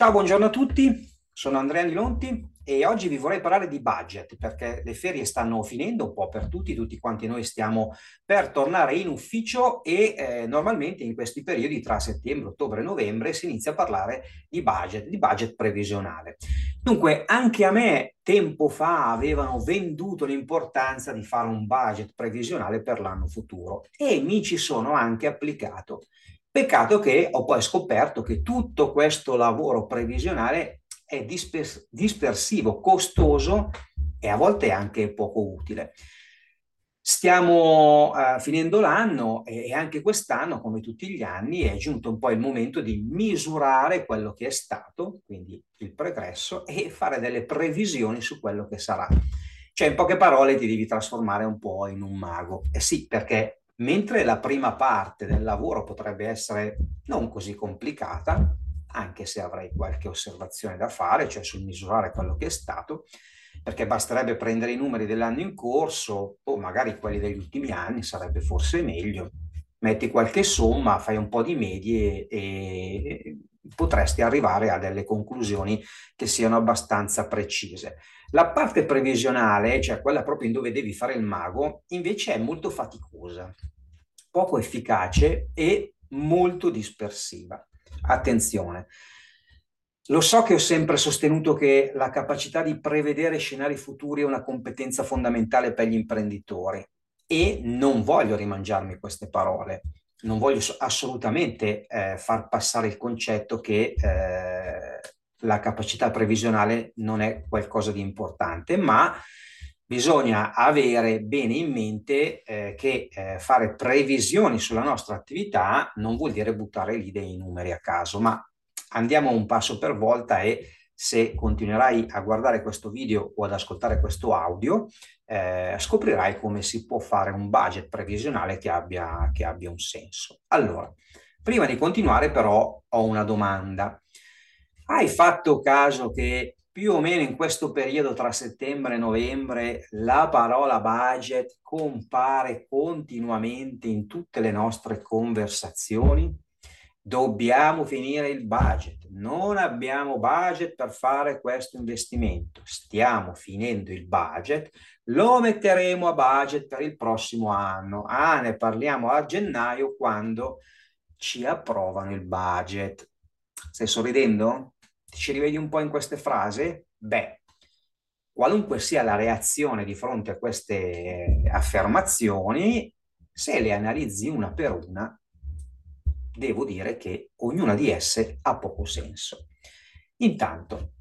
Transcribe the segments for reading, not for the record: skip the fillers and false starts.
Ciao, buongiorno a tutti, sono Andrea Nilonti e oggi vi vorrei parlare di budget perché le ferie stanno finendo un po' per tutti, tutti quanti noi stiamo per tornare in ufficio e normalmente in questi periodi tra settembre, ottobre e novembre si inizia a parlare di budget previsionale. Dunque, anche a me tempo fa avevano venduto l'importanza di fare un budget previsionale per l'anno futuro e mi ci sono anche applicato. Peccato che ho poi scoperto che tutto questo lavoro previsionale è dispersivo, costoso e a volte anche poco utile. Stiamo finendo l'anno e anche quest'anno, come tutti gli anni, è giunto un po' il momento di misurare quello che è stato, quindi il pregresso, e fare delle previsioni su quello che sarà. Cioè, in poche parole, ti devi trasformare un po' in un mago. Eh sì, perché mentre la prima parte del lavoro potrebbe essere non così complicata, anche se avrei qualche osservazione da fare, cioè sul misurare quello che è stato, perché basterebbe prendere i numeri dell'anno in corso o magari quelli degli ultimi anni, sarebbe forse meglio. Metti qualche somma, fai un po' di medie e potresti arrivare a delle conclusioni che siano abbastanza precise. La parte previsionale, cioè quella proprio in dove devi fare il mago, invece è molto faticosa, poco efficace e molto dispersiva. Attenzione, lo so che ho sempre sostenuto che la capacità di prevedere scenari futuri è una competenza fondamentale per gli imprenditori e non voglio rimangiarmi queste parole. Non voglio assolutamente far passare il concetto che la capacità previsionale non è qualcosa di importante, ma bisogna avere bene in mente che fare previsioni sulla nostra attività non vuol dire buttare lì dei numeri a caso, ma andiamo un passo per volta e se continuerai a guardare questo video o ad ascoltare questo audio, scoprirai come si può fare un budget previsionale che abbia un senso. Allora, prima di continuare però ho una domanda. Hai fatto caso che più o meno in questo periodo tra settembre e novembre la parola budget compare continuamente in tutte le nostre conversazioni? Dobbiamo finire il budget, non abbiamo budget per fare questo investimento, stiamo finendo il budget, lo metteremo a budget per il prossimo anno. Ah, ne parliamo a gennaio quando ci approvano il budget. Stai sorridendo? Ti ci rivedi un po' in queste frasi? Beh, qualunque sia la reazione di fronte a queste affermazioni, se le analizzi una per una, devo dire che ognuna di esse ha poco senso. Intanto,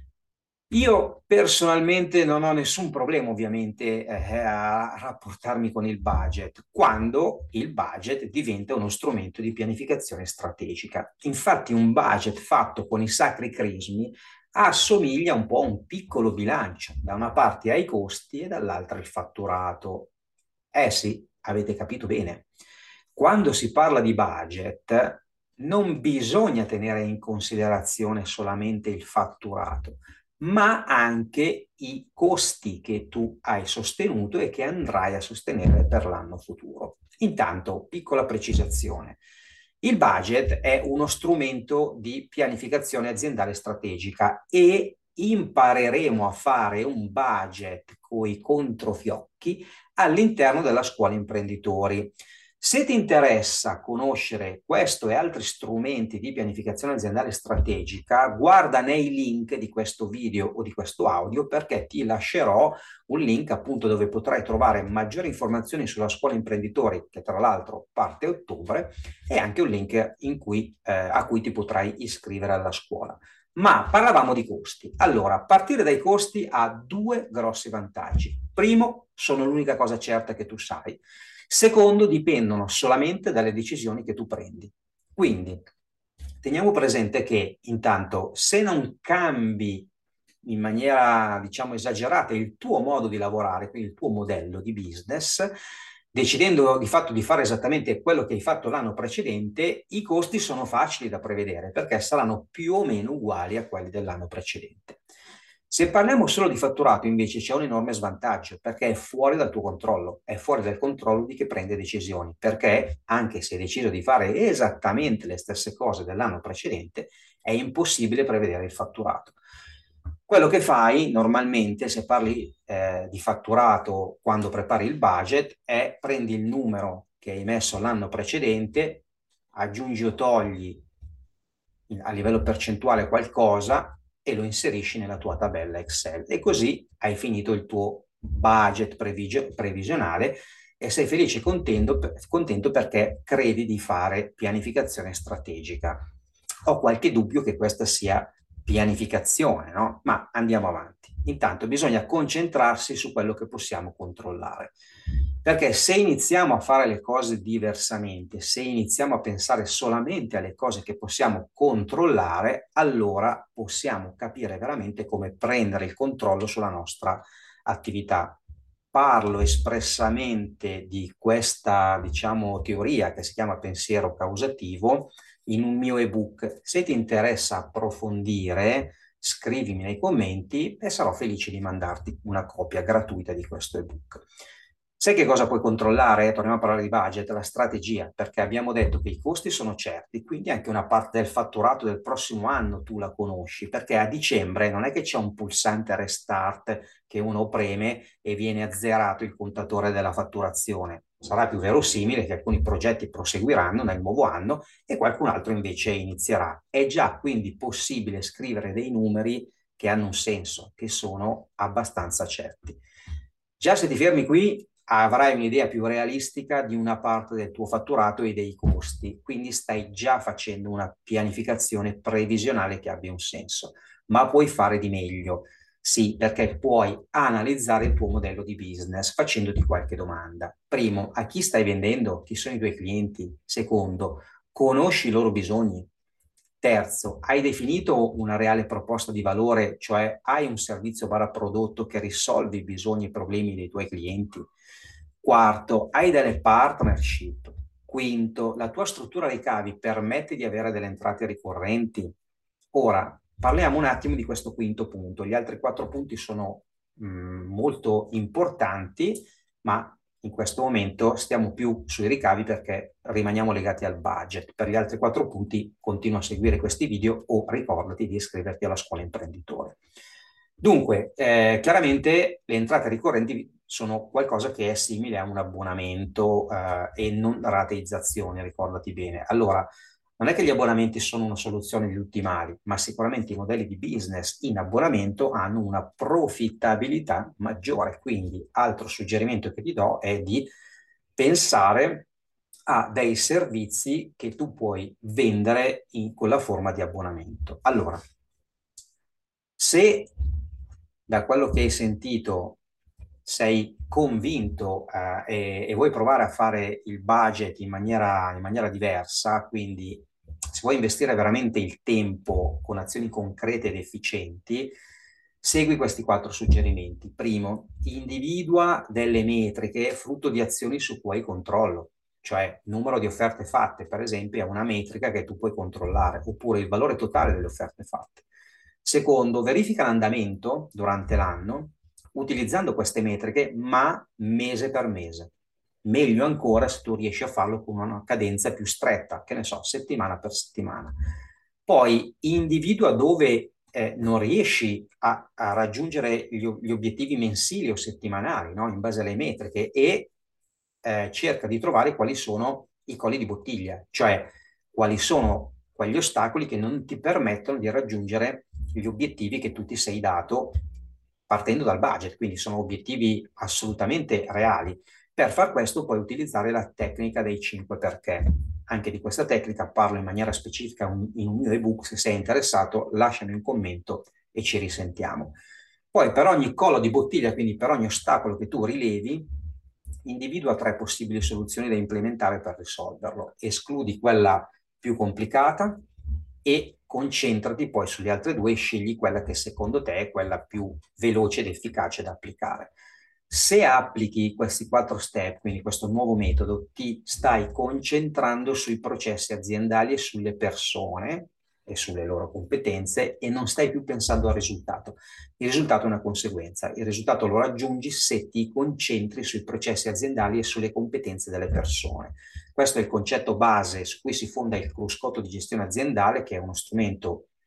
io personalmente non ho nessun problema ovviamente a rapportarmi con il budget quando il budget diventa uno strumento di pianificazione strategica. Infatti un budget fatto con i sacri crismi assomiglia un po' a un piccolo bilancio, da una parte hai i costi e dall'altra il fatturato. Eh sì, avete capito bene. Quando si parla di budget non bisogna tenere in considerazione solamente il fatturato, ma anche i costi che tu hai sostenuto e che andrai a sostenere per l'anno futuro. Intanto, piccola precisazione. Il budget è uno strumento di pianificazione aziendale strategica e impareremo a fare un budget coi controfiocchi all'interno della scuola imprenditori. Se ti interessa conoscere questo e altri strumenti di pianificazione aziendale strategica, guarda nei link di questo video o di questo audio perché ti lascerò un link appunto dove potrai trovare maggiori informazioni sulla scuola imprenditori, che tra l'altro parte a ottobre, e anche un link a cui ti potrai iscrivere alla scuola. Ma parlavamo di costi. Allora, partire dai costi ha due grossi vantaggi. Primo, sono l'unica cosa certa che tu sai. Secondo, dipendono solamente dalle decisioni che tu prendi. Quindi, teniamo presente che intanto se non cambi in maniera, diciamo, esagerata il tuo modo di lavorare, quindi il tuo modello di business, decidendo di fatto di fare esattamente quello che hai fatto l'anno precedente, i costi sono facili da prevedere perché saranno più o meno uguali a quelli dell'anno precedente. Se parliamo solo di fatturato, invece, c'è un enorme svantaggio perché è fuori dal tuo controllo, è fuori dal controllo di chi prende decisioni, perché anche se hai deciso di fare esattamente le stesse cose dell'anno precedente, È impossibile prevedere il fatturato. Quello che fai normalmente, se parli di fatturato quando prepari il budget, è prendi il numero che hai messo l'anno precedente, aggiungi o togli a livello percentuale qualcosa e lo inserisci nella tua tabella Excel e così hai finito il tuo budget previsionale e sei felice e contento perché credi di fare pianificazione strategica. Ho qualche dubbio che questa sia pianificazione, no? Ma andiamo avanti. Intanto bisogna concentrarsi su quello che possiamo controllare. Perché se iniziamo a fare le cose diversamente, se iniziamo a pensare solamente alle cose che possiamo controllare, allora possiamo capire veramente come prendere il controllo sulla nostra attività. Parlo espressamente di questa, diciamo, teoria che si chiama pensiero causativo in un mio ebook. Se ti interessa approfondire, scrivimi nei commenti e sarò felice di mandarti una copia gratuita di questo ebook. Sai che cosa puoi controllare? Torniamo a parlare di budget, la strategia, perché abbiamo detto che i costi sono certi, quindi anche una parte del fatturato del prossimo anno tu la conosci, perché a dicembre non è che c'è un pulsante restart che uno preme e viene azzerato il contatore della fatturazione. Sarà più verosimile che alcuni progetti proseguiranno nel nuovo anno e qualcun altro invece inizierà. È già quindi possibile scrivere dei numeri che hanno un senso, che sono abbastanza certi. Già se ti fermi qui avrai un'idea più realistica di una parte del tuo fatturato e dei costi, quindi stai già facendo una pianificazione previsionale che abbia un senso, ma puoi fare di meglio. Sì, perché puoi analizzare il tuo modello di business facendoti qualche domanda. Primo, a chi stai vendendo? Chi sono i tuoi clienti? Secondo, conosci i loro bisogni? Terzo, hai definito una reale proposta di valore, cioè hai un servizio barra prodotto che risolve i bisogni e i problemi dei tuoi clienti? Quarto, hai delle partnership? Quinto, la tua struttura ricavi permette di avere delle entrate ricorrenti? Ora, parliamo un attimo di questo quinto punto. Gli altri quattro punti sono molto importanti, ma in questo momento stiamo più sui ricavi perché rimaniamo legati al budget. Per gli altri quattro punti continua a seguire questi video o ricordati di iscriverti alla scuola imprenditore. Dunque, chiaramente le entrate ricorrenti sono qualcosa che è simile a un abbonamento e non rateizzazione, ricordati bene. Allora, non è che gli abbonamenti sono una soluzione degli ultimali, ma sicuramente i modelli di business in abbonamento hanno una profittabilità maggiore. Quindi, altro suggerimento che ti do è di pensare a dei servizi che tu puoi vendere con la forma di abbonamento. Allora, se da quello che hai sentito sei convinto e vuoi provare a fare il budget in maniera diversa, quindi se vuoi investire veramente il tempo con azioni concrete ed efficienti, segui questi quattro suggerimenti. Primo, individua delle metriche frutto di azioni su cui hai controllo, cioè numero di offerte fatte, per esempio, è una metrica che tu puoi controllare, oppure il valore totale delle offerte fatte. Secondo, verifica l'andamento durante l'anno utilizzando queste metriche, ma mese per mese. Meglio ancora se tu riesci a farlo con una cadenza più stretta, che ne so, settimana per settimana. Poi individua dove non riesci a raggiungere gli obiettivi mensili o settimanali, no? In base alle metriche e cerca di trovare quali sono i colli di bottiglia, cioè quali sono quegli ostacoli che non ti permettono di raggiungere gli obiettivi che tu ti sei dato partendo dal budget, quindi sono obiettivi assolutamente reali. Per far questo puoi utilizzare la tecnica dei 5 perché. Anche di questa tecnica parlo in maniera specifica in un mio ebook, se sei interessato lasciami un commento e ci risentiamo. Poi per ogni collo di bottiglia, quindi per ogni ostacolo che tu rilevi, individua tre possibili soluzioni da implementare per risolverlo. Escludi quella più complicata e concentrati poi sulle altre due e scegli quella che secondo te è quella più veloce ed efficace da applicare. Se applichi questi quattro step, quindi questo nuovo metodo, ti stai concentrando sui processi aziendali e sulle persone e sulle loro competenze e non stai più pensando al risultato. Il risultato è una conseguenza, il risultato lo raggiungi se ti concentri sui processi aziendali e sulle competenze delle persone. Questo è il concetto base su cui si fonda il cruscotto di gestione aziendale, che è uno strumento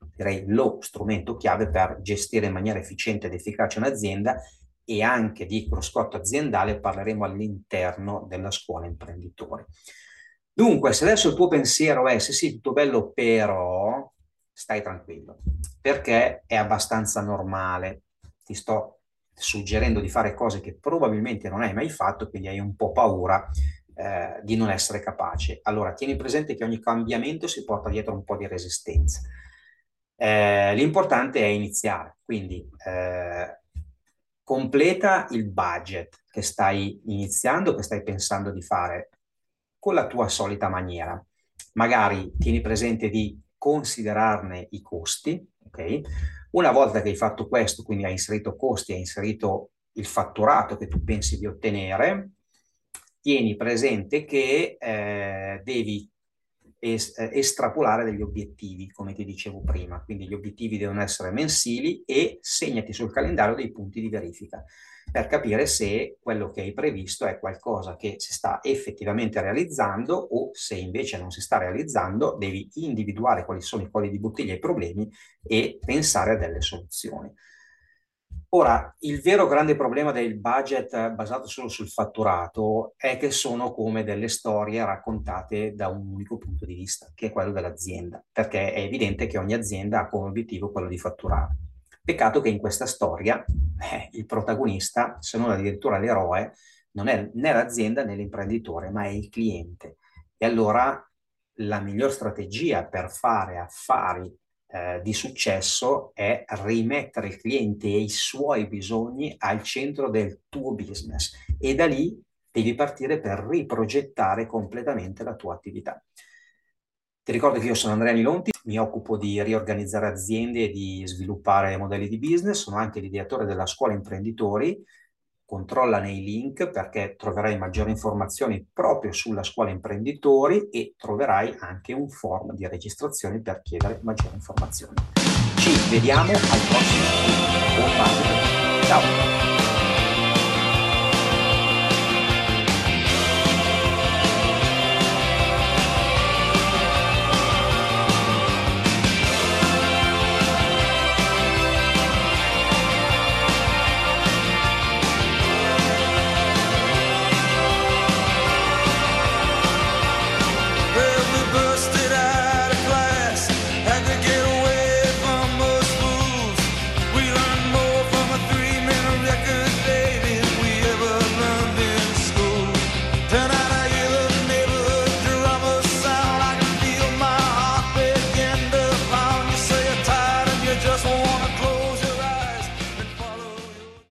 direi lo strumento chiave per gestire in maniera efficiente ed efficace un'azienda, e anche di cruscotto aziendale parleremo all'interno della scuola imprenditori. Dunque, se adesso il tuo pensiero è sì, sì, tutto bello, però stai tranquillo, perché è abbastanza normale. Ti sto suggerendo di fare cose che probabilmente non hai mai fatto, quindi hai un po' paura di non essere capace. Allora, tieni presente che ogni cambiamento si porta dietro un po' di resistenza. L'importante è iniziare, quindi completa il budget che stai iniziando, che stai pensando di fare con la tua solita maniera. Magari tieni presente di considerarne i costi, ok? Una volta che hai fatto questo, quindi hai inserito costi, hai inserito il fatturato che tu pensi di ottenere, tieni presente che devi estrapolare degli obiettivi, come ti dicevo prima. Quindi gli obiettivi devono essere mensili e segnati sul calendario dei punti di verifica per capire se quello che hai previsto è qualcosa che si sta effettivamente realizzando, o se invece non si sta realizzando, devi individuare quali sono i colli di bottiglia e i problemi e pensare a delle soluzioni. Ora, il vero grande problema del budget basato solo sul fatturato è che sono come delle storie raccontate da un unico punto di vista, che è quello dell'azienda, perché è evidente che ogni azienda ha come obiettivo quello di fatturare. Peccato che in questa storia il protagonista, se non addirittura l'eroe, non è né l'azienda né l'imprenditore, ma è il cliente. E allora la miglior strategia per fare affari di successo è rimettere il cliente e i suoi bisogni al centro del tuo business, e da lì devi partire per riprogettare completamente la tua attività. Ti ricordo che io sono Andrea Milonti, mi occupo di riorganizzare aziende e di sviluppare modelli di business, sono anche l'ideatore della scuola imprenditori. Controlla nei link perché troverai maggiori informazioni proprio sulla scuola imprenditori e troverai anche un form di registrazione per chiedere maggiori informazioni. Ci vediamo al prossimo video.